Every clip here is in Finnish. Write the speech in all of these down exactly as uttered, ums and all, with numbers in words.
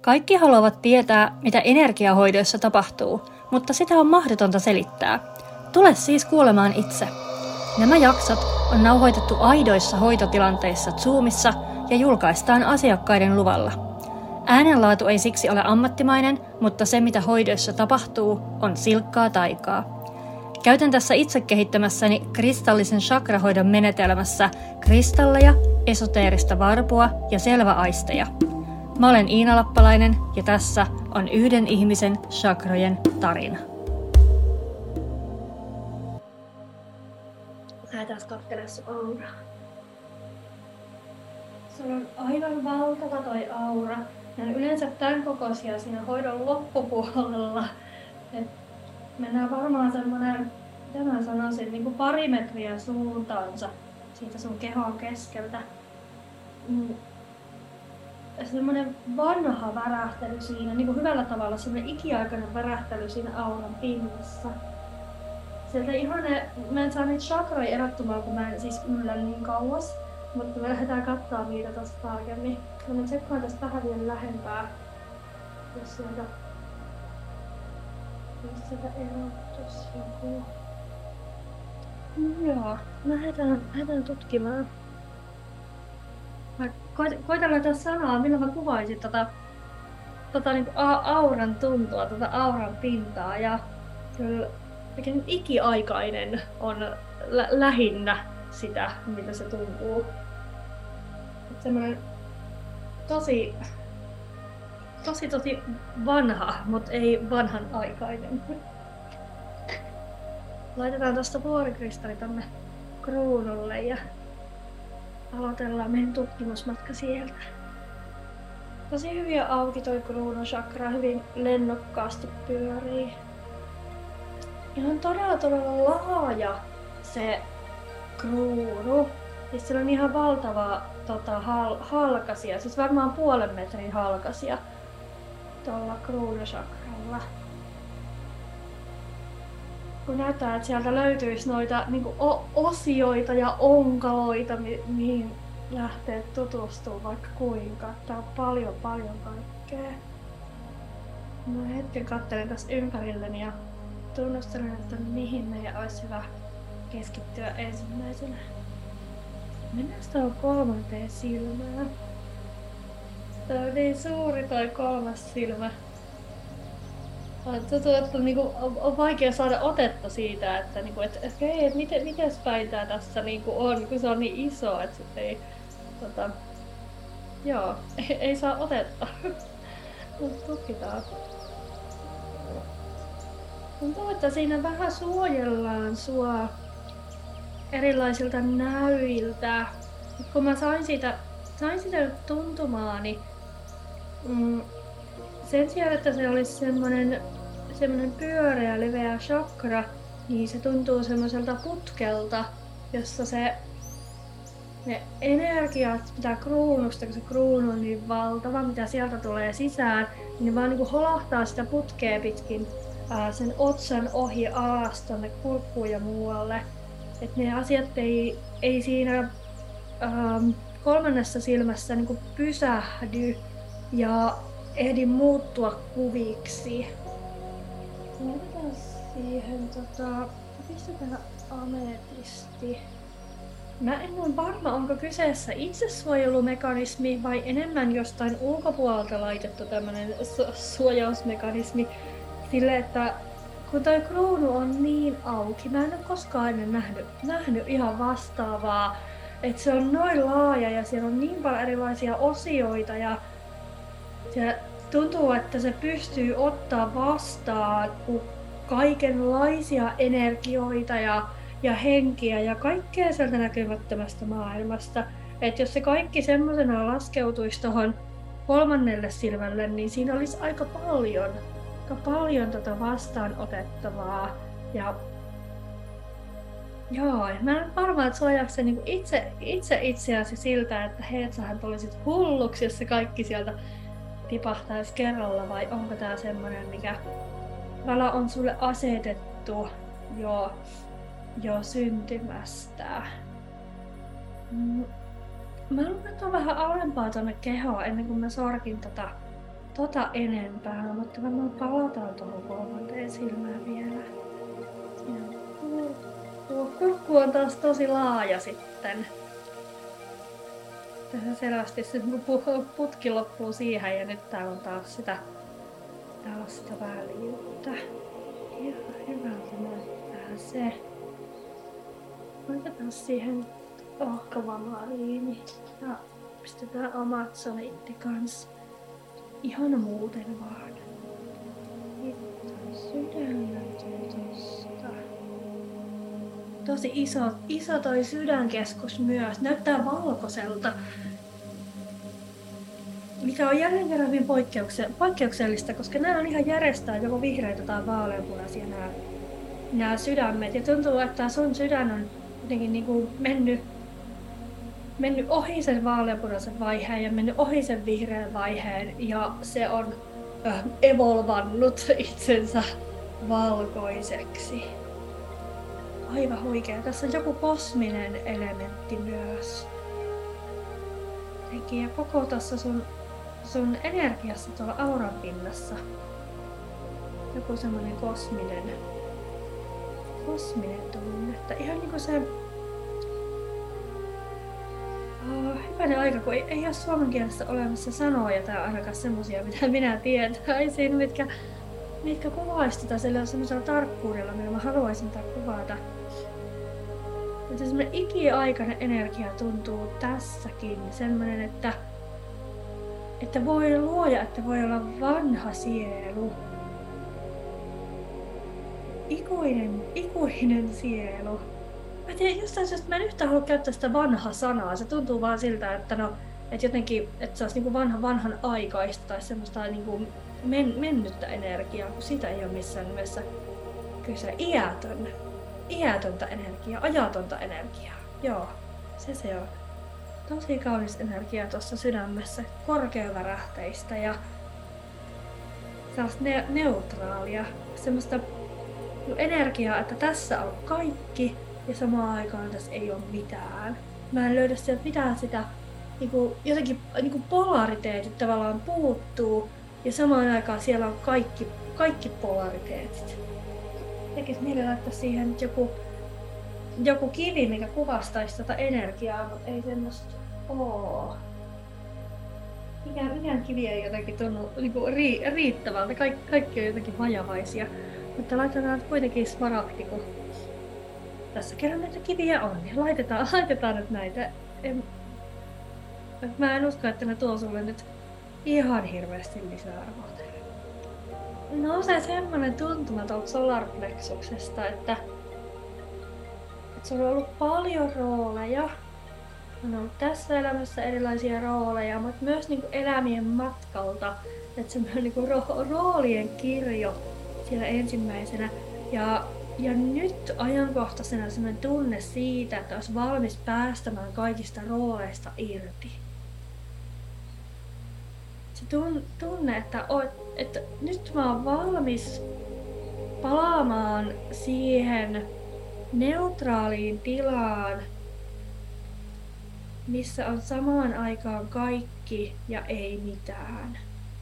Kaikki haluavat tietää, mitä energiahoidoissa tapahtuu, mutta sitä on mahdotonta selittää. Tule siis kuulemaan itse. Nämä jaksot on nauhoitettu aidoissa hoitotilanteissa Zoomissa ja julkaistaan asiakkaiden luvalla. Äänenlaatu ei siksi ole ammattimainen, mutta se mitä hoidoissa tapahtuu on silkkaa taikaa. Käytän tässä itse kehittämässäni kristallisen chakrahoidon menetelmässä kristalleja, esoteerista varpua ja selväaisteja. Mä olen Iina Lappalainen ja tässä on yhden ihmisen chakrojen tarina. Lähdetään katselemaan sun auraa. Sulla on aivan valtava toi aura. Ne on yleensä tämän kokoisia siinä hoidon loppupuolella. Et mennään varmaan semmonen, mitä mä sanoisin, niin kuin pari metriä suuntaansa siitä sun kehon keskeltä. Mm. Semmoinen vanha värähtely siinä, niin kuin hyvällä tavalla, semmoinen ikiaikainen värähtely siinä auran pinnassa. Sieltä ihan ne, mä en saa niitä chakroja erottumaan, kun mä en siis yllän niin kauas, mutta me lähdetään kattoo niitä tosta tarkemmin. Mä tsekkaan tästä vähän vielä lähempää, jos sieltä, jos sieltä erottuisi joku. Joo, lähdetään, lähdetään tutkimaan. Mä koitan tässä sanoa, millä mä kuvaisin tota, tota niinku auran tuntua, tota auran pintaa ja kyllä ikiaikainen on lä- lähinnä sitä, mitä se tuntuu. Et semmoinen tosi, tosi tosi vanha, mutta ei vanhanaikainen. Laitetaan tosta vuorikristalli tonne kruunulle ja aloitellaan meidän tutkimusmatka sieltä. Tosi hyvin auki toi kruunuchakra, hyvin lennokkaasti pyörii. Ihan todella todella laaja se kruunu. Siis siellä on ihan valtava tota, hal- halkasia, siis varmaan puolen metrin halkasia tuolla kruunuchakralla. Kun näyttää, että sieltä löytyisi noita niin kuin o- osioita ja onkaloita, mi- mihin lähtee tutustumaan vaikka kuinka. Tää on paljon paljon kaikkea. Mä hetken katselen tässä ympärilleni ja tunnustelen, että mihin meidän olisi hyvä keskittyä ensimmäisenä. Mennään tuohon kolmanteen silmään. Tää on niin suuri toi kolmas silmä. Tuntuu, että niinku on vaikea saada otetta siitä, että niinku, et, et, hei, et miten, miten päin tää tässä niinku on, kun se on niin iso, että sit ei, tota, joo, ei, ei saa otetta. Tutkitaan. Tuntuu, että siinä vähän suojellaan sua erilaisilta näyiltä. Kun mä sain siitä, sain sitä tuntumaani, mm, sen sijaan, että se olisi semmonen, semmonen pyöreä, leveä chakra, niin se tuntuu semmoiselta putkelta, jossa se ne energiat, mitä kruunusta, kun se kruunu on niin valtava, mitä sieltä tulee sisään, niin ne vaan niinku holahtaa sitä putkea pitkin ää, sen otsan ohi alas tonne kurkkuun ja muualle. Et ne asiat ei, ei siinä ää, kolmannessa silmässä niinku pysähdy ja ehdi muuttua kuviksi. Laitetaan siihen tota, pistetään ametisti. Mä en ole varma, onko kyseessä itsesuojelumekanismi vai enemmän jostain ulkopuolelta laitettu tämmönen su- suojausmekanismi. Sille, että kun toi kruunu on niin auki, mä en ole koskaan ennen nähnyt, nähnyt ihan vastaavaa. Että se on noin laaja ja siellä on niin paljon erilaisia osioita ja se tuntuu, että se pystyy ottaa vastaan kaikenlaisia energioita ja, ja henkiä ja kaikkea sieltä näkymättömästä maailmasta. Et jos se kaikki semmosena laskeutuisi tohon kolmannelle silmälle, niin siinä olisi aika paljon, aika paljon tota vastaanotettavaa. Ja joo, mä en varmaan, että suojaako se niinku itse, itse itseäsi siltä, että hei, et sähän tulisit hulluksi, jos se kaikki sieltä tipahtaisi kerralla, vai onko tää semmonen, mikä vala on sulle asetettu jo, jo syntymästä. Mm. Mä haluan katsoa vähän alempaa tonne kehoa ennen kuin mä sorkin tota, tota enempää, mutta varmaan palataan tuohon kolmanteen silmään vielä. Ja tuo, tuo kurkku on taas tosi laaja sitten. Tässä selvästi se putki loppuu siihen ja nyt täällä on taas sitä, täällä on sitä väljyyttä. Ihan hyvältä näyttää se. Laitetaan siihen ohkavamaliini ja pistetään Amazonitti kans. Ihan muuten vaan. Sydän löytyy tosta. Tosi iso, iso toi sydänkeskus myös. Näyttää valkoiselta. Mikä on jälleen kerran hyvin poikkeuksellista, koska nämä on ihan järjestään joko vihreitä tai vaaleanpunaisia nämä, nämä sydämet. Ja tuntuu, että sun sydän on jotenkin niin kuin mennyt, mennyt ohi sen vaaleanpunaisen vaiheen ja mennyt ohi sen vihreän vaiheen. Ja se on äh, evolvannut itsensä valkoiseksi. Aivan huikea. Tässä on joku kosminen elementti myös. Tekijä koko tässä sun, sun energiassa tuolla auran pinnassa. Joku semmonen kosminen, kosminen tunnetta. Ihan niinku se... Oh, hyvänen aika, kun ei, ei ole suomen kielessä olemassa sanoja tai ainakaan semmosia, mitä minä tietäisin, mitkä, mitkä kuvaisi tätä semmoisella tarkkuudella, millä mä haluaisin tätä kuvata. Mutta semmoinen ikiaikainen energia tuntuu tässäkin. Semmoinen, että, että voi luoja, että voi olla vanha sielu. Ikuinen, ikuinen sielu. Mä tiedän, jostain syystä mä en yhtään halua käyttää sitä vanha sanaa. Se tuntuu vaan siltä, että no, että jotenkin, että se olisi niinku vanha, vanhan aikaista tai semmoista niinku men, mennyttä energiaa, kun sitä ei ole missään nimessä kyse. Iätön. Iätöntä energiaa, ajatonta energiaa. Joo, se se on. Tosi kaunis energia tuossa sydämessä, korkeavärähteistä ja sellaista ne- neutraalia, semmoista energiaa, että tässä on kaikki ja samaan aikaan tässä ei ole mitään. Mä en löydä sieltä mitään sitä, niinku, jotenkin niinku polariteetit tavallaan puuttuu ja samaan aikaan siellä on kaikki, kaikki polariteetit. Tekis mieli laittaa siihen joku, joku kivi, mikä kuvastaisi tätä energiaa, mutta ei semmoista oo. Mikään, mikään kivi ei jotenkin tunnu niinku ri, riittävältä. Kaik, kaikki on jotenkin vajavaisia. Mutta laitetaan kuitenkin smaragdi, kun tässä kerran näitä kiviä on. Niin laitetaan, laitetaan nyt näitä. En, mä en usko, että ne tuo sulle nyt ihan hirveästi lisäarvoa. No se semmonen tuntuma tuolta solarplexuksesta, että, että sulla on ollut paljon rooleja. On ollut tässä elämässä erilaisia rooleja, mutta myös niinku elämien matkalta. Että semmoinen niinku ro- roolien kirjo siellä ensimmäisenä. Ja, ja nyt ajankohtaisena semmoinen tunne siitä, että olisi valmis päästämään kaikista rooleista irti. Se tunne, että, oot, että nyt mä oon valmis palaamaan siihen neutraaliin tilaan, missä on samaan aikaan kaikki ja ei mitään.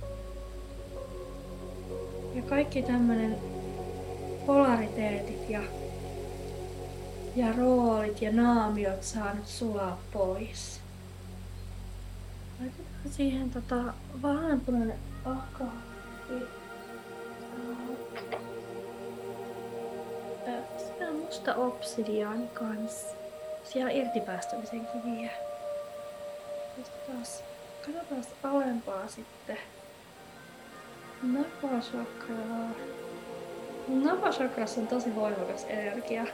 Ja kaikki tämmönen polariteetit ja, ja roolit ja naamiot saa nyt sulaa pois. Laitetaan siihen tota vaaleanpunainen akaatti. Sitä on musta obsidiaani kans. Siellä on irtipäästämisen kiviä. Katsotaan, katsotaan alempaa sitten. Napasakraa. Napasakrassa on tosi voimakas energia.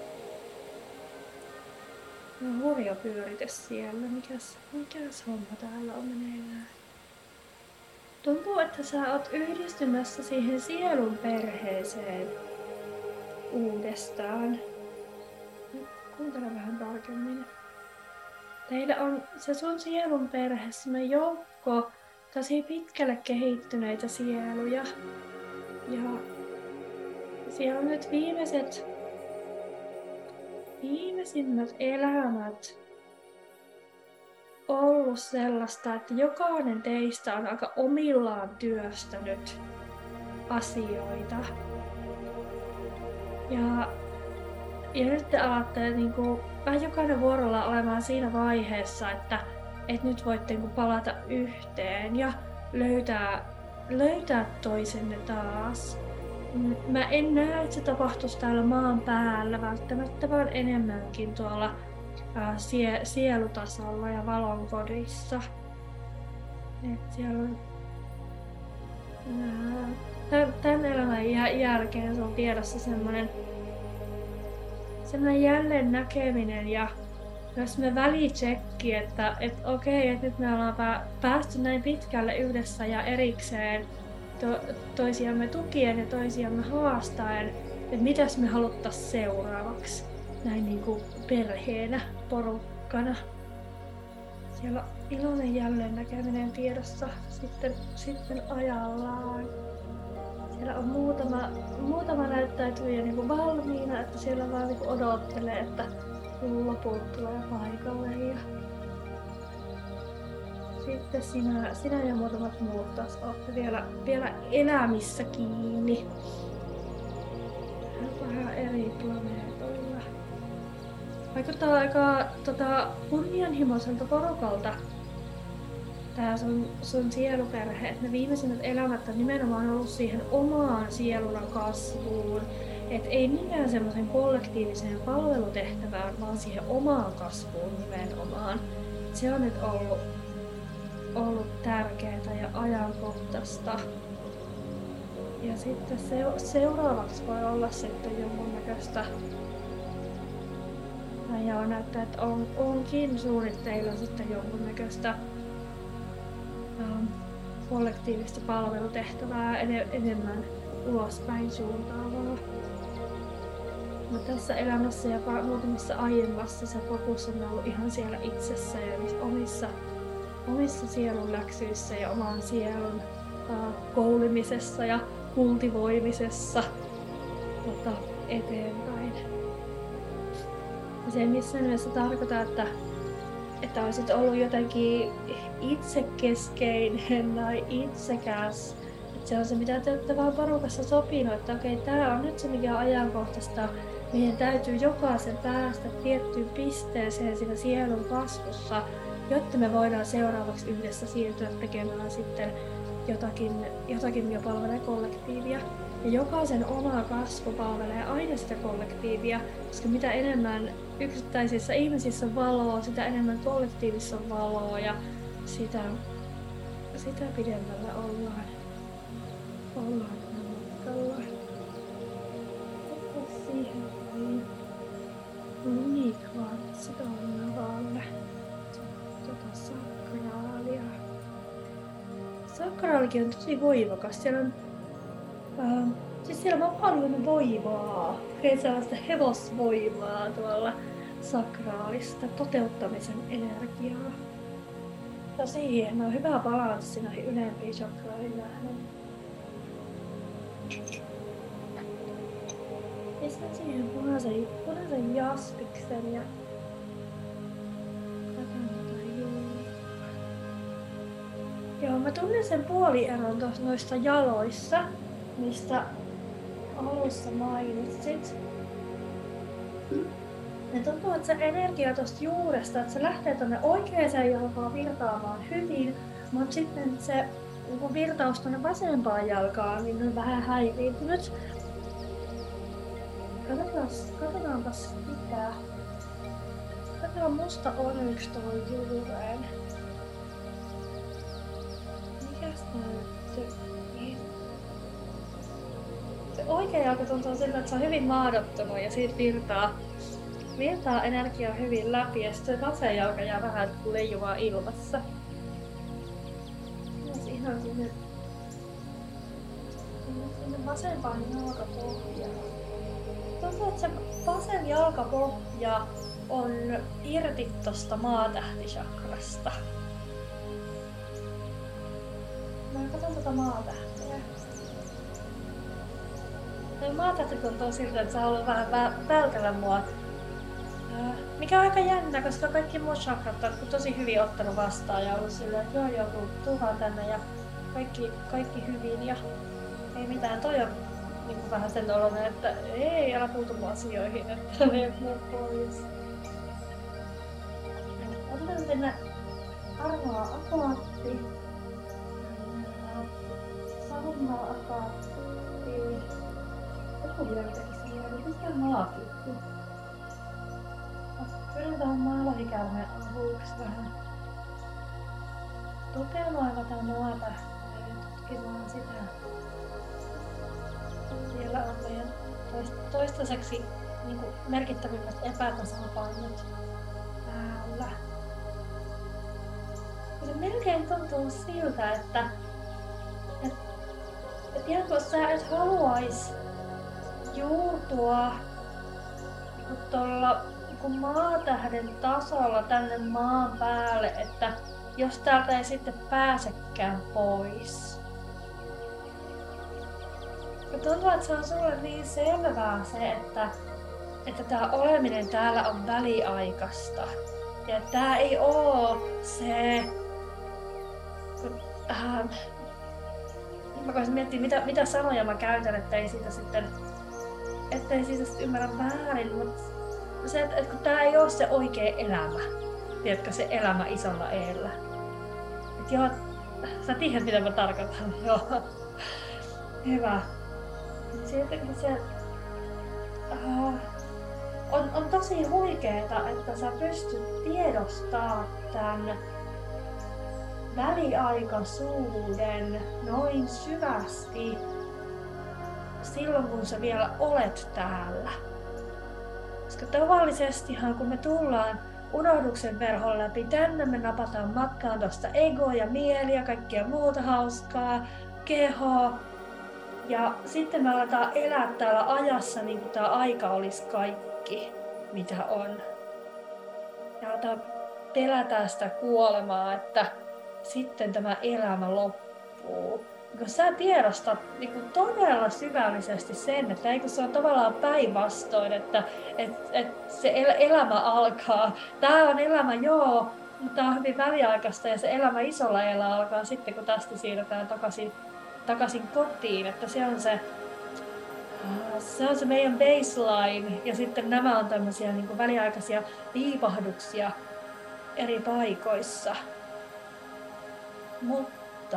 No, hurja pyöritys siellä. Mikäs, mikäs homma täällä on meneillään? Tuntuu, että sä oot yhdistymässä siihen sielun perheeseen uudestaan. Kuuntele vähän tarkemmin. Teillä on se sun sielun perhe, semmoinen joukko tosi pitkälle kehittyneitä sieluja. Ja siellä on nyt viimeiset, viimeisimmät elämät ollut sellaista, että jokainen teistä on aika omillaan työstänyt asioita. Ja, ja nyt te alatte niin kuin, vähän jokainen vuorolla olemaan siinä vaiheessa, että, että nyt voitte niin kuin, palata yhteen ja löytää, löytää toisenne taas. Mä en näe, että se tapahtuisi täällä maan päällä välttämättä, vaan enemmänkin tuolla ää, sie, sielutasolla ja valonkodissa. Et siellä on ää, tämän elämän jälkeen se on tiedossa semmoinen semmoinen jälleen näkeminen ja myös me välitsekki, että et okei, että nyt me ollaan päästy näin pitkälle yhdessä ja erikseen to, toisiamme tukien ja toisiamme haastaen, että mitäs me haluttais seuraavaksi näin niin kuin perheenä, porukkana. Siellä on iloinen jälleen näkeminen tiedossa sitten, sitten ajallaan. Siellä on muutama, muutama näyttäytyjä niin kuin valmiina, että siellä vaan niin kuin odottelee, että loput tulee paikalle. Ja sitten sinä, sinä ja muutamat muut taas olette vielä, vielä elämissä kiinni. Vähän eri planeetoilla. Vaikuttaa aika tota, kunnianhimoiselta porukalta tää sun, sun sieluperhe, että ne viimeisimmät elämät on nimenomaan ollut siihen omaan sielun kasvuun. Et ei niinkään semmoisen kollektiiviseen palvelutehtävään, vaan siihen omaan kasvuun nimenomaan. Se on nyt ollut, ollut tärkeää ja ajankohtaista. Ja sitten se, seuraavaksi voi olla sitten jonkunnäköistä. Ja näyttää, että on, onkin suunnitteilla sitten jonkunnäköistä um, kollektiivista palvelutehtävää ed- enemmän ulospäin suuntaavaa. Mutta tässä elämässä ja muutamassa aiemmassa se fokus on ollut ihan siellä itsessä ja omissa, omissa sielun läksyissä ja oman sielun uh, koulimisessa ja kultivoimisessa tota, eteenpäin. Ja se ei missään nimessä tarkoita, että, että olisit ollut jotenkin itsekeskeinen tai itsekäs. Että se on se, mitä te olette vaan porukassa sopinut, että okei, tää on nyt se, mikä on ajankohtaista. Meidän täytyy jokaisen päästä tiettyyn pisteeseen siinä sielun kasvussa, jotta me voidaan seuraavaksi yhdessä siirtyä tekemään sitten jotakin, jotakin jo palvelee kollektiivia. Ja jokaisen oma kasvu palvelee aina sitä kollektiivia, koska mitä enemmän yksittäisissä ihmisissä on valoa, sitä enemmän kollektiivissa on valoa ja sitä, sitä pidemmällä ollaan. Ollaan matkalla. Otta siihen niin unikvartsi tuonne valle. Tota sakraalia. Sakraalikin on tosi voimakas. Siellä on Uh, siis siellä on paljon voimaa, sellaista hevosvoimaa tuolla sakraalista toteuttamisen energiaa. Tosi hienoa, hyvä balanssi noihin ylempiin sakraaliin nähden. Pistän siihen punaisen, punaisen jaspiksen ja katsotaan juuri. Joo, mä tunnen sen puolieron tuossa noista jaloissa, mistä alussa mainitsit. Ja tuntuu, että se energia tuosta juuresta, että se lähtee tuonne oikeaan jalkaan virtaamaan hyvin, mutta sitten se kun virtaus tuonne vasempaan jalkaan, niin on vähän häiriintynyt. Katsotaanpas, katsotaanpas mitä. Katsotaan musta on yksi toi juureen. Mikäs tää nyt? Se oikea jalka tuntuu siltä, että se on hyvin maadottunut ja siitä virtaa, virtaa energiaa hyvin läpi ja sitten se vasen jalka jää vähän leijumaan ilmassa. Myös ihan sinne, sinne vasempaan jalkapohjaan. Tuntuu, että se vasen jalkapohja on irti tosta maatähtichakrasta. Mä katson tota maatähtiä. Toi maatähti tuntuu siltä, että sä haluat vähän vä- vältellä mua Mikä on aika jännä, koska kaikki muut chakrat on tosi hyvin ottanut vastaan ja ollut silleen, että joo joo, tullaan tänne ja kaikki, kaikki hyvin ja ei mitään. Toi on niin kuin vähän sen oloinen, että ei, älä puutu mun asioihin, että ne muu pois. Otetaan tänne harmaa akaatti. Saumaa akaatti. Joku vielä jotenkin siihen, mikä maakittu. Pyydän tähän maalahikäärmeen avuksi vähän tukeloimataan maata ja tutkimaan sitä. Siellä on meidän toistaiseksi niin kuin merkittävimmät epätasapainot päällä. Se melkein tuntuu siltä, että et, et ihan kun sä et haluais juurtua niin tuolla niin maatähden tasolla tänne maan päälle, että jos täältä ei sitten pääsekään pois. Ja tuntuu, että se on sulle niin selvää se, että, että tämä oleminen täällä on väliaikaista. Ja tää ei oo se... Kun, äh, mä voisin miettiä, mitä, mitä sanoja mä käytän, ettei siitä sitten, ettei siitä sitten ymmärrä väärin, mutta se, että, että kun tää ei oo se oikea elämä. Tiedätkö, se elämä isolla eellä. Et joo, sä tiedät mitä mä tarkoitan. Joo. Hyvä. Sitten se uh, on, on tosi huikeeta, että sä pystyt tiedostamaan tän väliaikaisuuden noin syvästi silloin, kun sä vielä olet täällä. Koska tavallisestihan, kun me tullaan unohduksen verhon läpi tänne, me napataan matkaan tosta egoa ja mieli ja kaikkia muuta hauskaa, kehoa. Ja sitten me aletaan elää täällä ajassa niin kuin tää aika olisi kaikki, mitä on. Ja aletaan pelätä sitä kuolemaa, että sitten tämä elämä loppuu. Kun sä tiedostat niin kuin todella syvällisesti sen, että eikö se on tavallaan päinvastoin, että et, et se el- elämä alkaa. Tää on elämä, joo, mutta tää on hyvin väliaikaista ja se elämä isolla elää alkaa sitten, kun tästä siirrytään takaisin, takaisin kotiin. Että se on se, se on se meidän baseline ja sitten nämä on tämmöisiä niin kuin väliaikaisia viipahduksia eri paikoissa. Mutta...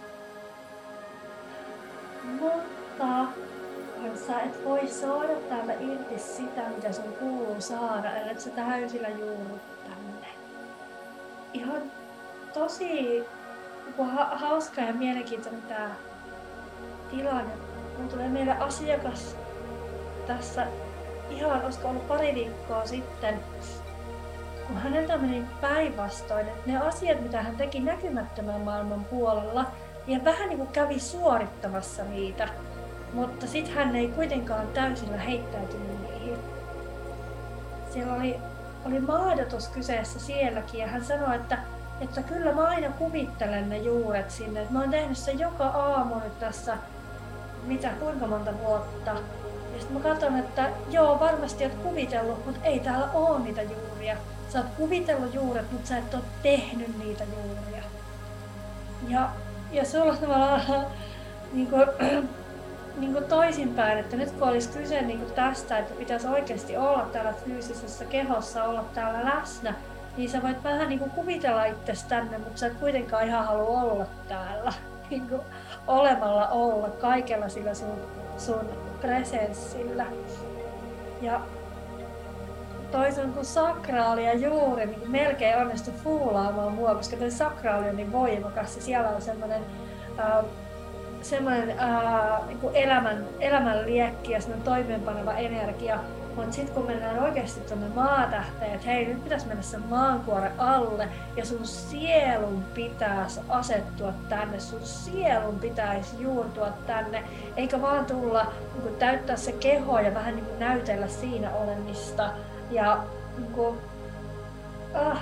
Mutta sä et voi saada täältä irti sitä, mitä sun kuuluu saada, ellei sä täysillä juurru tänne. Ihan tosi ha- hauska ja mielenkiintoinen tää tilanne. Mun tulee meille asiakas tässä ihan, olisiko ollut pari viikkoa sitten, kun häneltä meni päinvastoin, että ne asiat, mitä hän teki näkymättömän maailman puolella, ja vähän niin kuin kävi suorittamassa niitä, mutta sit hän ei kuitenkaan täysillä heittäytynyt niihin. Siellä oli, oli maadotus kyseessä sielläkin ja hän sanoi, että, että kyllä mä aina kuvittelen ne juuret sinne. Että mä oon tehnyt sen joka aamu nyt tässä, mitä, kuinka monta vuotta. Ja sit mä katson, että joo, varmasti oot kuvitellut, mutta ei täällä oo niitä juuria. Sä oot kuvitellut juuret, mutta sä et oo tehnyt niitä juuria. Ja Ja sulla on tavallaan niin kuin, niin kuin toisinpäin, että nyt kun olisi kyse niin kuin tästä, että pitäisi oikeasti olla täällä fyysisessä kehossa, olla täällä läsnä, niin sä voit vähän niin kuin kuvitella itsesi tänne, mutta sä et kuitenkaan ihan halua olla täällä. Niin kuin olemalla olla kaikella sillä sun, sun presenssillä. Ja toisin kuin sakraali ja juuri niin melkein onnistui fuulaamaan mua, koska toi sakraali on niin voimakas ja siellä on semmoinen äh, semmoinen äh, niin kuin elämän, elämän liekki ja semmoinen toimeenpaneva energia. Mutta sitten kun mennään oikeasti tuonne maatähteen, että hei, nyt pitäisi mennä sen maankuoren alle ja sun sielun pitäisi asettua tänne, sun sielun pitäisi juurtua tänne, eikä vaan tulla niin kuin täyttää se keho ja vähän niin kuin näytellä siinä olemista. Ja niinku, ah,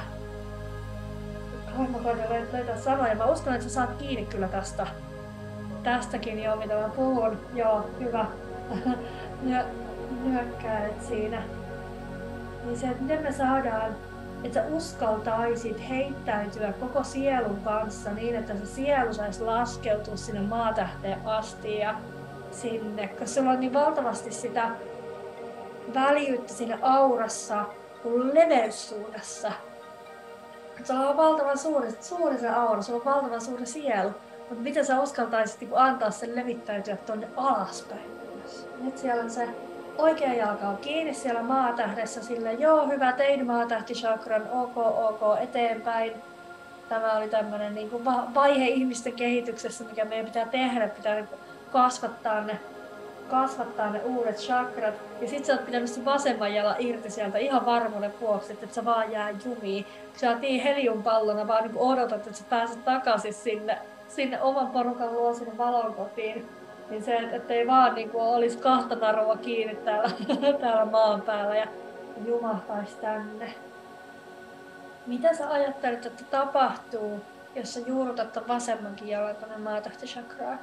mä koitan löytää sanoja. Mä uskon, että sä saat kiinni kyllä tästä. Tästäkin jo, mitä mä puhun. Joo, hyvä. Nyö, nyökkäilet siinä. Niin se, että miten me saadaan, että sä uskaltaisit heittäytyä koko sielun kanssa niin, että se sielu saisi laskeutua sinne maatähteen asti ja sinne, koska sulla on niin valtavasti sitä väljyyttä siinä aurassa kuin leveyssuunnassa. Sulla on valtavan suuri, suuri se aura, sulla on valtavan suuri sielu, mutta miten sä uskaltaisit niin antaa sen levittäytyä tonne alaspäin? Nyt siellä on se oikea jalka on kiinni siellä maatähdessä sillä joo, hyvä, tein maatähtichakran, ok, ok, eteenpäin. Tämä oli tämmöinen niin kuin vaihe ihmisten kehityksessä, mikä meidän pitää tehdä, pitää niin kasvattaa ne, kasvattaa ne uudet chakrat. Ja sit sä oot pitänyt sen vasemman jalan irti sieltä ihan varmuuden vuoksi, että sä vaan jää jumiin. Sä oot niin heliumpallona, vaan niin odotat, että sä pääset takaisin sinne, sinne oman porukan luo sinne valonkotiin. Niin se, ettei vaan niin kuin olisi kahta narua kiinni täällä, täällä maan päällä ja jumahtaisi tänne. Mitä sä ajattelet, että tapahtuu, jos sä juurrutat ton vasemmankin jalan tonne maatähtichakraan?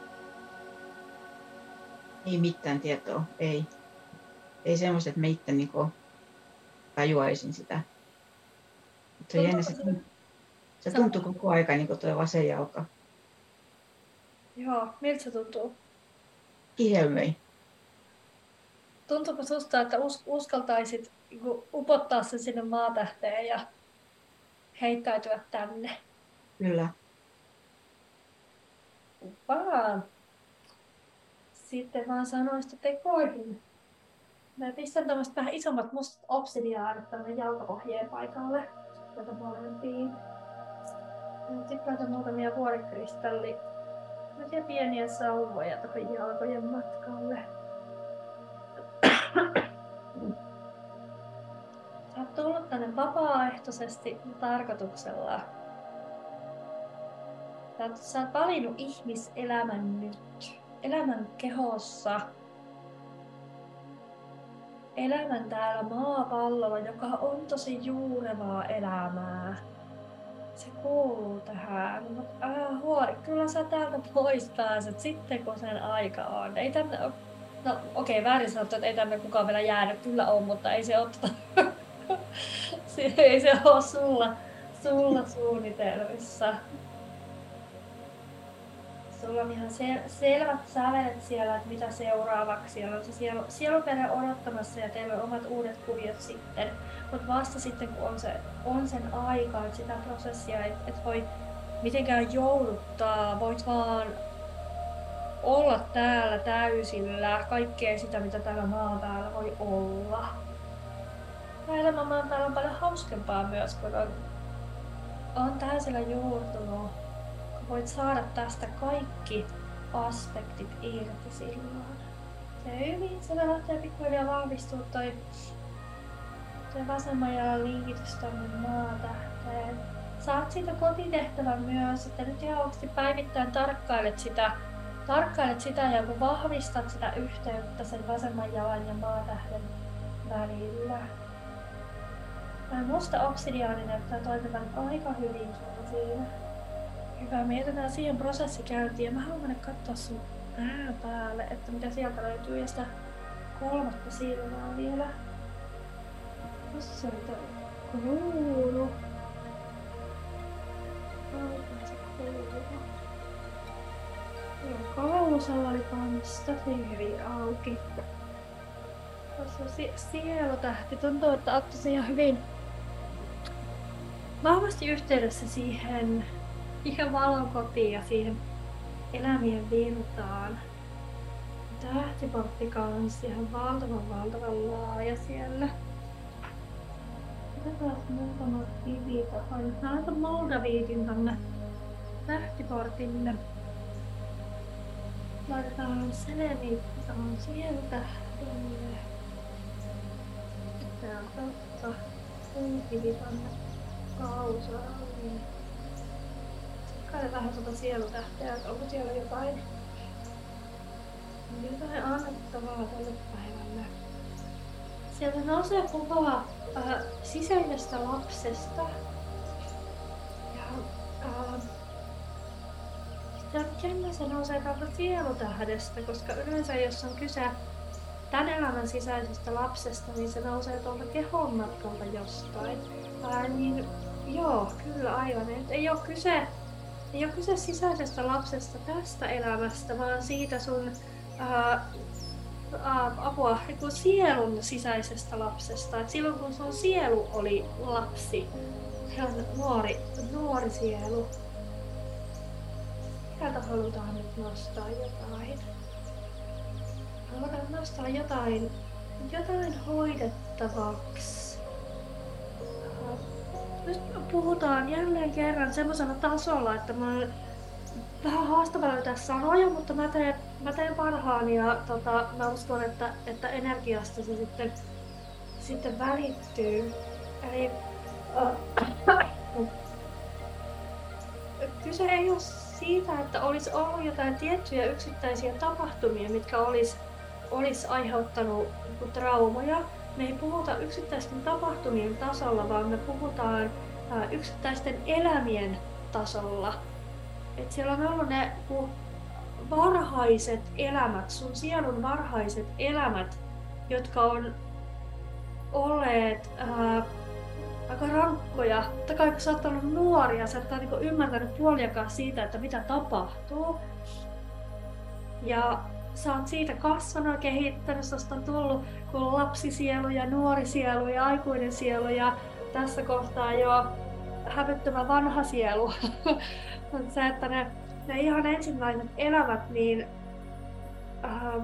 Ei mitään tietoa, ei. Ei semmoista, että mä itse niinku tajuaisin sitä. Se, jännä, se, se tuntuu koko aika niinku tuo vasen jalka. Joo, miltä se tuntuu? Kihelmöi. Tuntuuko susta, että us- uskaltaisit upottaa sen sinne maatähteen ja heittäytyä tänne? Kyllä. Upaa. Sitten vaan sanoista tekoihin. Mä pistän tämmöistä vähän isommat mustat obsidiaanit tänne jalkapohjeen paikalle. Tätä molempiin. Sitten laitan muutamia vuorikristalli. Tämmöisiä pieniä sauvoja tuohon jalkojen matkalle. Sä oot tullut tänne vapaaehtoisesti tarkoituksella. Sä oot, sä oot valinnut ihmiselämän nyt. Elämän kehossa. Elämän täällä maapallolla, joka on tosi juurevaa elämää. Se kuuluu tähän, mutta älä huoli, kyllä sä täältä pois pääset sitten kun sen aika on. Ei tänne ole, no okei, okay, väärin sanottu, että ei tänne kukaan vielä jäänyt, kyllä on, mutta ei se ole, ei se ole sulla, sulla suunnitelmissa. Sulla on ihan sel- selvät sävelet siellä, että mitä seuraavaksi. Siellä on se sielu, sieluperhe odottamassa ja teillä on omat uudet kuviot sitten. Mutta vasta sitten, kun on, se, on sen aika, että sitä prosessia et, et voi mitenkään jouduttaa, voit vaan olla täällä täysillä kaikkea sitä, mitä täällä maan päällä voi olla. Tämä elämä maan päällä on paljon hauskempaa myös, kun on, on täysillä juurtunut. Voit saada tästä kaikki aspektit irti silloin. Se hyvin, se lähtee pikkuhiljaa vahvistua toi se vasemman jalan linkitys tonne maatähteen. Saat siitä kotitehtävän myös, että nyt ihan oikeasti päivittäin tarkkailet sitä, tarkkailet sitä ja kun vahvistat sitä yhteyttä sen vasemman jalan ja maatähden välillä. Tämä musta obsidiaani näyttää toimivan aika hyvin sulla siinä. Hyvä, me jätetään siihen prosessikäyntiin ja mä haluan mennä katsoa sun pään päälle, että mitä sieltä löytyy ja sitä kolmatta silmää vielä. Tossa on toi kruunu. Kaupan se kruunu. Tuo kaulusaali kanssa tosi hyvin auki. Tuossa on sie- sielutähti. Tuntuu, että oot tosiaan hyvin vahvasti yhteydessä siihen ihan valon kotiin ja siihen elämien virtaan. Tähtiportti kanssa ihan valtavan valtavan laaja siellä. Otetaan muutama kivi tohon. Mä laitan moldaviitin tonne tähtiportille. Laitetaan seleniitti tohon sielutähdelle. Tää on totta. Puukivi tonne kausaaliin. Kaile vähän tuota sielutähteä, että onko siellä jotain, jotain annettavaa tälle päivälle. Sieltä nousee kuva äh, sisäisestä lapsesta. Ja äh, sitä jännä se nousee täältä sielutähdestä, koska yleensä jos on kyse tän elämän sisäisestä lapsesta, niin se nousee tuolta kehon matkalta jostain. Ää, niin joo, kyllä aivan. Et ei ole kyse, ei ole kyse sisäisestä lapsesta tästä elämästä, vaan siitä sun ää, ää, apua niin kuin sielun sisäisestä lapsesta. Et silloin kun sun sielu oli lapsi, ihan nuori, nuori sielu, sieltä halutaan nyt nostaa jotain. Halutaan nostaa jotain, jotain hoidettavaksi. Nyt puhutaan jälleen kerran semmoisella tasolla, että mä on vähän haastava löytää sanoja, mutta mä teen, mä teen parhaani ja tota, mä uskon, että, että energiasta se sitten, sitten välittyy. Eli äh, kyse ei ole siitä, että olisi ollut jotain tiettyjä yksittäisiä tapahtumia, mitkä olisi olis aiheuttanut traumoja. Me ei puhuta yksittäisten tapahtumien tasolla, vaan me puhutaan ää, yksittäisten elämien tasolla. Et siellä on ollut ne varhaiset elämät, sun sielun varhaiset elämät, jotka on olleet ää, aika rankkoja. Totta kai kun sä oot ollut nuoria, sä et ole niinku ymmärtänyt puoliakaan siitä, että mitä tapahtuu. Ja sä oot siitä kasvanut ja kehittänyt, susta on tullut kun lapsisielu ja nuorisielu ja aikuinen sielu ja tässä kohtaa jo hävyttömän vanha sielu. Se, että ne, ne ihan ensimmäiset elämät, niin äh,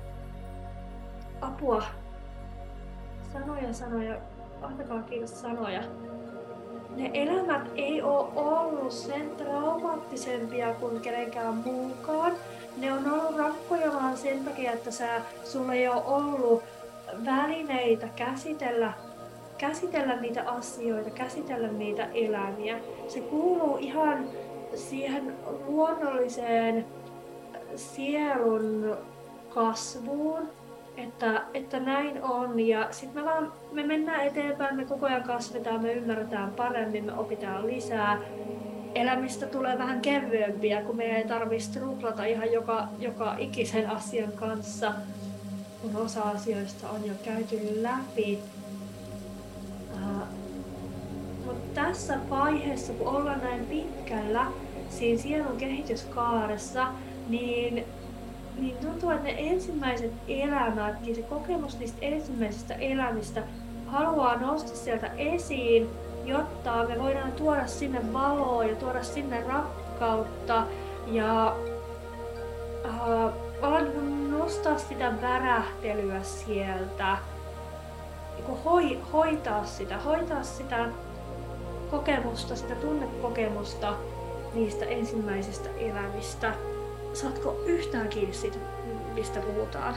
apua. Sanoja, sanoja. Antakaa kiitos sanoja. Ne elämät ei ole ollut sen traumaattisempia kuin kenenkään muukaan. Ne on ollut rankkoja vaan sen takia, että sä, sulla ei ole ollut välineitä käsitellä, käsitellä niitä asioita, käsitellä niitä elämiä. Se kuuluu ihan siihen luonnolliseen sielun kasvuun, että, että näin on. Ja sitten me, vaan, me mennään eteenpäin, me koko ajan kasvetaan, me ymmärretään paremmin, me opitaan lisää. Elämistä tulee vähän kevyempiä, kun meidän ei tarvitse struglata ihan joka, joka ikisen asian kanssa, kun osa asioista on jo käyty läpi. Uh, mutta tässä vaiheessa, kun ollaan näin pitkällä siinä sielun kehityskaaressa, niin, niin tuntuu, että ne ensimmäiset elämät, niin se kokemus niistä ensimmäisistä elämistä haluaa nousta sieltä esiin, jotta me voidaan tuoda sinne valoa ja tuoda sinne rakkautta ja äh, nostaa sitä värähtelyä sieltä, hoi, hoitaa sitä, hoitaa sitä kokemusta, sitä tunnekokemusta niistä ensimmäisistä elämistä. Saatko yhtään kiinni siitä, mistä puhutaan?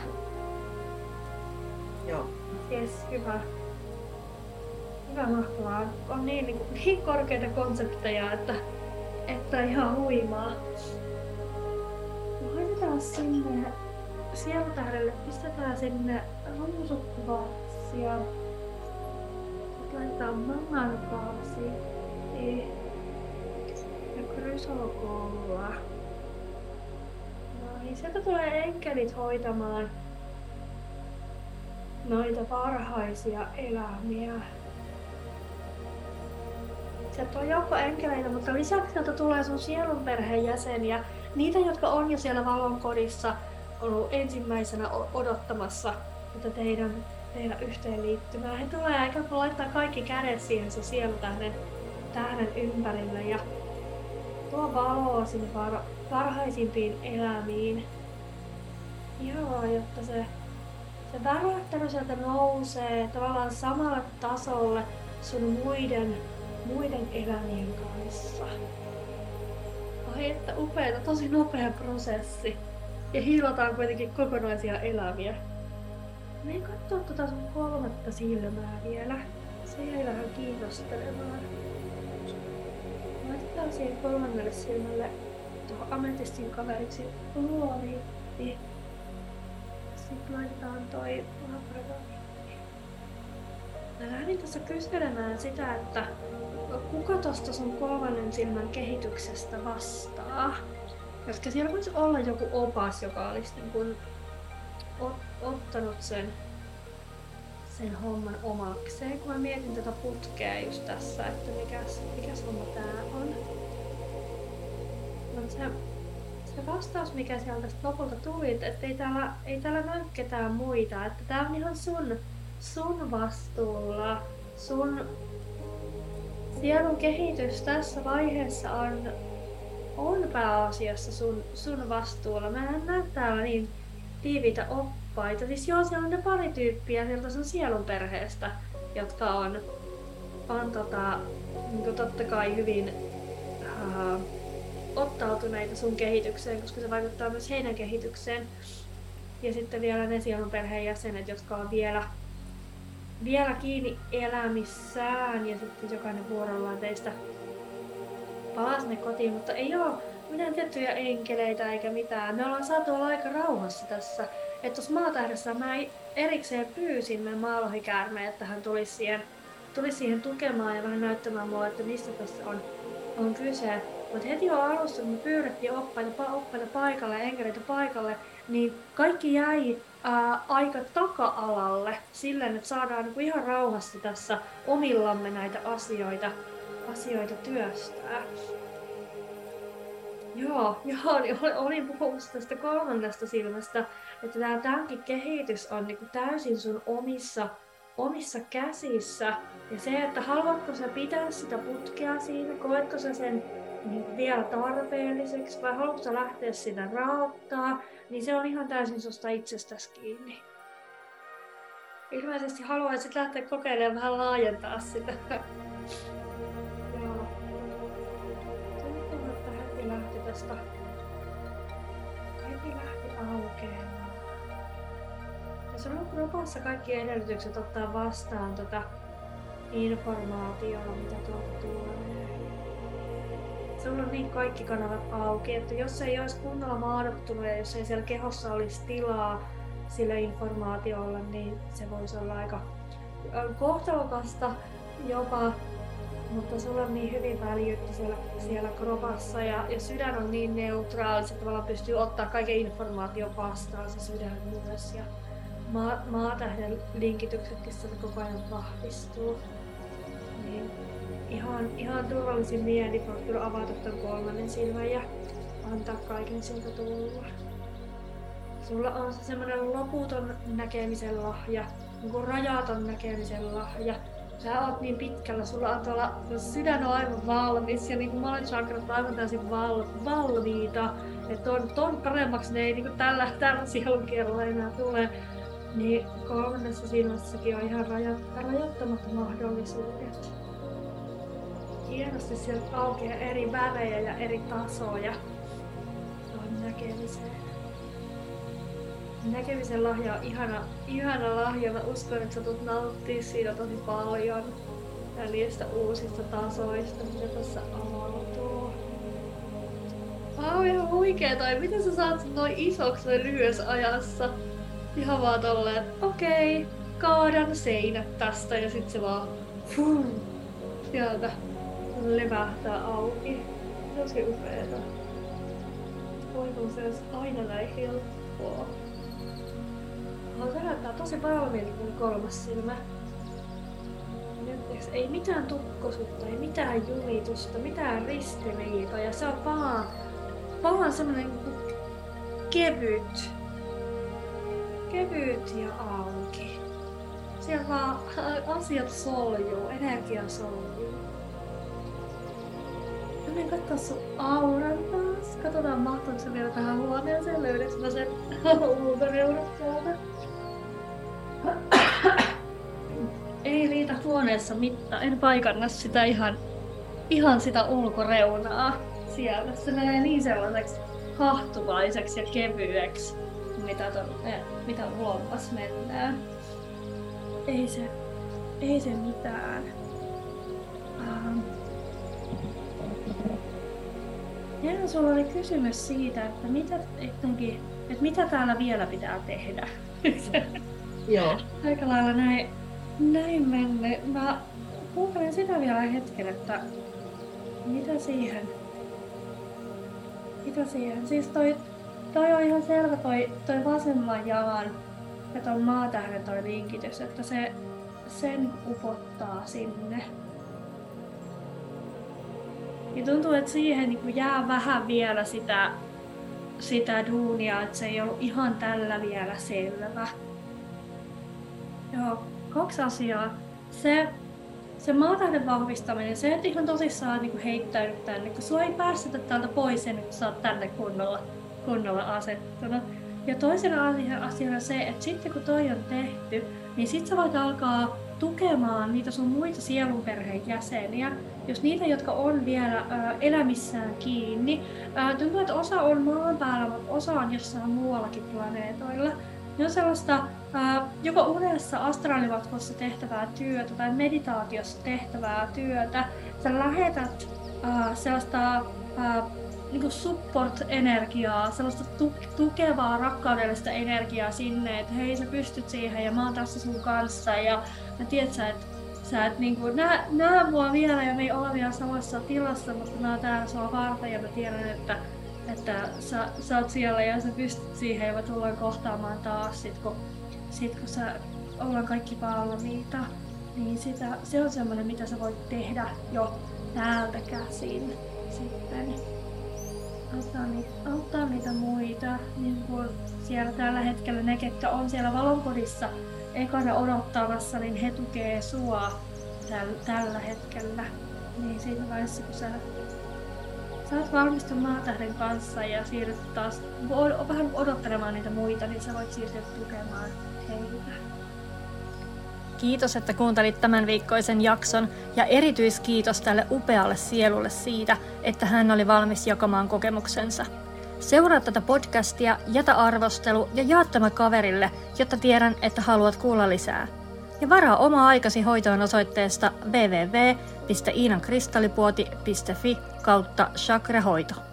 Joo. Yes, hyvä. Hyvä, mahtavaa. On niin, niin, niin korkeita konsepteja, että, että ihan huimaa. Laitetaan sinne sielutähdelle, pistetään sinne ruusukvartsia. Sitten laitetaan mangankvartsia ja krysokolla. No niin, sieltä tulee enkelit hoitamaan noita varhaisia elämiä. Sieltä on joukko enkeleitä, mutta lisäksi sieltä tulee sun sielun perheen jäseniä. Niitä, jotka on jo siellä valonkodissa ollut ensimmäisenä odottamassa että teidän, teidän yhteenliittymää. He tulee ikään kuin laittaa kaikki kädet siihen sun sielutähden tähden ympärille ja tuo valoa sinne var, varhaisimpiin elämiin. Joo, jotta se, se värähtely sieltä nousee tavallaan samalle tasolle sun muiden muiden elämien kanssa. Ai että upeeta, tosi nopea prosessi. Ja hiilataan kuitenkin kokonaisia elämiä. Me ei katsoa tuota sun kolmatta silmää vielä. Se jäi vähän kiinnostelemaan. Laitetaan siihen kolmannelle silmälle tuohon ametistin kaveriksi luoliitti. Sitten laitetaan toi labradori. Mä lähdin tässä kyselemään sitä, että kuka tosta sun kolmannen silmän kehityksestä vastaa. Koska siellä voisi olla joku opas, joka olisi niin kuin ot, ottanut sen, sen homman omakseen, kun mä mietin tätä putkea just tässä, että mikäs, mikäs homma tää on. Mut se, se vastaus, mikä sieltä lopulta tuli, että ei täällä, ei täällä näy ketään muita, että tää on ihan sun, sun vastuulla. Sun sielun kehitys tässä vaiheessa on, on pääasiassa sun, sun vastuulla. Mä en näe täällä niin tiiviitä oppaita. Siis joo, siellä on ne pari tyyppiä sieltä sun sielun perheestä, jotka on, on tota, niin totta kai hyvin äh, ottautuneita sun kehitykseen, koska se vaikuttaa myös heidän kehitykseen. Ja sitten vielä ne sielun perheen jäsenet, jotka on vielä, vielä kiinni elämissään, ja sitten jokainen vuorollaan teistä palaa sinne kotiin, mutta ei ole mitään tiettyjä enkeleitä eikä mitään. Me ollaan saatu olla aika rauhassa tässä. Että tuossa maatähdessä mä erikseen pyysin meidän maalohikäärmeen, että hän tulisi siihen, tulisi siihen tukemaan ja vähän näyttämään mulle, että mistä tässä on, on kyse. Mutta heti jo alussa, kun me pyydettiin oppaita, oppaita paikalle ja enkeleitä paikalle, niin kaikki jäi ää, aika taka-alalle silleen, että saadaan niinku ihan rauhassa tässä omillamme näitä asioita, asioita työstää. Joo, joo, niin olin puhumassa tästä kolmannesta silmästä, että tämä tämänkin kehitys on niinku täysin sun omissa, omissa käsissä. Ja se, että haluatko sä pitää sitä putkea siinä, koetko sä sen niin vielä tarpeelliseksi vai haluatko sä lähteä sitä raottaa, niin se on ihan täysin susta itsestäsi kiinni. Ilmeisesti haluaisit lähteä kokeilemaan vähän laajentaa sitä. Joo. Tuntuu, että heti lähti tästä. Heti lähti aukeamaan. Ja sulla on kropassa kaikki edellytykset ottaa vastaan tota informaatiota, mitä tuolta tulee. Sulla on niin kaikki kanavat auki, että jos ei olisi kunnolla maadottunut ja jos ei siellä kehossa olisi tilaa sille informaatiolle, niin se voisi olla aika kohtalokasta jopa. Mutta sulla on niin hyvin väljyyttä siellä, siellä kropassa ja, ja sydän on niin neutraali, että tavallaan pystyy ottaa kaiken informaation vastaan se sydän myös. Ja maa, maatähden linkityksetkin sieltä koko ajan vahvistuu. Niin. Ihan, ihan turvallisin mieli voit kyllä avata ton kolmannen silmän ja antaa kaiken sieltä tulla. Sulla on se semmonen loputon näkemisen lahja, niinku rajaton näkemisen lahja. Sä oot niin pitkällä, sulla on tuolla sydän on aivan valmis ja niinku molemmat chakrat on aivan täysin val, valmiita. Et ton, ton paremmaksi ne ei niinku tällä, tällä sielunkierrolla enää tule. Niin kolmannessa silmässäkin on ihan rajat, rajattomat mahdollisuudet. Hienosti sieltä aukeaa eri värejä ja eri tasoja tuohon näkemiseen. Näkemisen lahja on ihana, ihana lahja. Mä uskon, että sä tulet nauttia siitä tosi paljon. Ja niistä uusista tasoista, mitä tässä avautuu. Vau, ihan huikee toi. Miten sä saat sen noin isoksi noin lyhyessä ajassa? Ihan vaan tolleen, että okei, okay, kaadan seinät tästä ja sit se vaan fuh, sieltä levähtää auki. Tosi upeeta. Voiko se olisi aina näin helppoa? Se näyttää tosi valmiilta kuin kolmas silmä. Nyt ei mitään tukkosuutta, ei mitään jumitusta, mitään ristiriitoja. Ja se on vaan, vaan semmonen kevyt. Kevyt ja auki. Siellä vaan asiat soljuu, energia soljuu. Menen kattoo sun auran taas. Katsotaan mahtuuko se vielä tähän huoneeseen. Löydätkö mä sen ulkoneurat täältä? Ei riitä huoneessa mitään. En paikanna sitä ihan, ihan sitä ulkoreunaa siellä. Se menee niin sellaiseksi hahtuvaiseksi ja kevyeksi, mitä, ton, eh, mitä ulopas mennään. Ei se, ei se mitään. Um. Ja sulla oli kysymys siitä, että mitä, ettenkin, että mitä täällä vielä pitää tehdä. Joo. Aika lailla näin, näin menne. Mä kuuntelen sitä vielä hetken, että mitä siihen, mitä siihen, siis toi toi on ihan selvä toi, toi vasemman jalan ja ton maatähden toi linkitys, että se sen upottaa sinne. Ja tuntuu, että siihen niin jää vähän vielä sitä, sitä duunia, että se ei ollut ihan tällä vielä selvä. Joo, kaksi asiaa. Se, se maatähden vahvistaminen, se, että ihan tosissaan niin heittäydyt tänne, kun sua ei päästetä täältä pois ennen kuin sä oot tänne kunnolla, kunnolla asettunut. Ja toisena asiana se, että sitten kun toi on tehty, niin sit sä voit alkaa tukemaan niitä sun muita sielunperheen jäseniä, jos niitä, jotka on vielä ää, elämissään kiinni. Ää, tuntuu, että osa on maan päällä, mutta osa on jossain muuallakin planeetoilla. Ne on sellaista ää, joko unessa, astraalimatkossa tehtävää työtä tai meditaatiossa tehtävää työtä. Sä lähetät ää, sellaista ää, niinku support-energiaa, sellaista tukevaa, rakkaudellista energiaa sinne, että hei, sä pystyt siihen ja mä oon tässä sun kanssa ja mä tiedät sä, että sä et niinku nää, nää mua vielä ja me ei olla vielä samassa tilassa, mutta mä oon täällä sua varten ja mä tiedän, että, että sä, sä oot siellä ja sä pystyt siihen ja me tullaan kohtaamaan taas sit kun, sit, kun sä ollaan kaikki valmiita. Niin sitä, se on semmoinen, mitä sä voit tehdä jo täältä käsin sitten. Auttaa niitä, auttaa niitä muita, niin kuin siellä tällä hetkellä ne, ketkä on siellä valonkodissa ekana odottamassa, niin he tukee sua täl, tällä hetkellä. Niin siinä vaiheessa, kun sä, sä oot valmistu maatähden kanssa ja siirryt taas vähän odottelemaan niitä muita, niin sä voit siirtyä tukemaan heitä. Kiitos, että kuuntelit tämän viikkoisen jakson ja erityiskiitos tälle upealle sielulle siitä, että hän oli valmis jakamaan kokemuksensa. Seuraa tätä podcastia, jätä arvostelu ja jaa tämä kaverille, jotta tiedän, että haluat kuulla lisää. Ja varaa oma aikasi hoitoon osoitteesta double-u double-u double-u piste iinankristallipuoti piste fi kautta chakrahoito.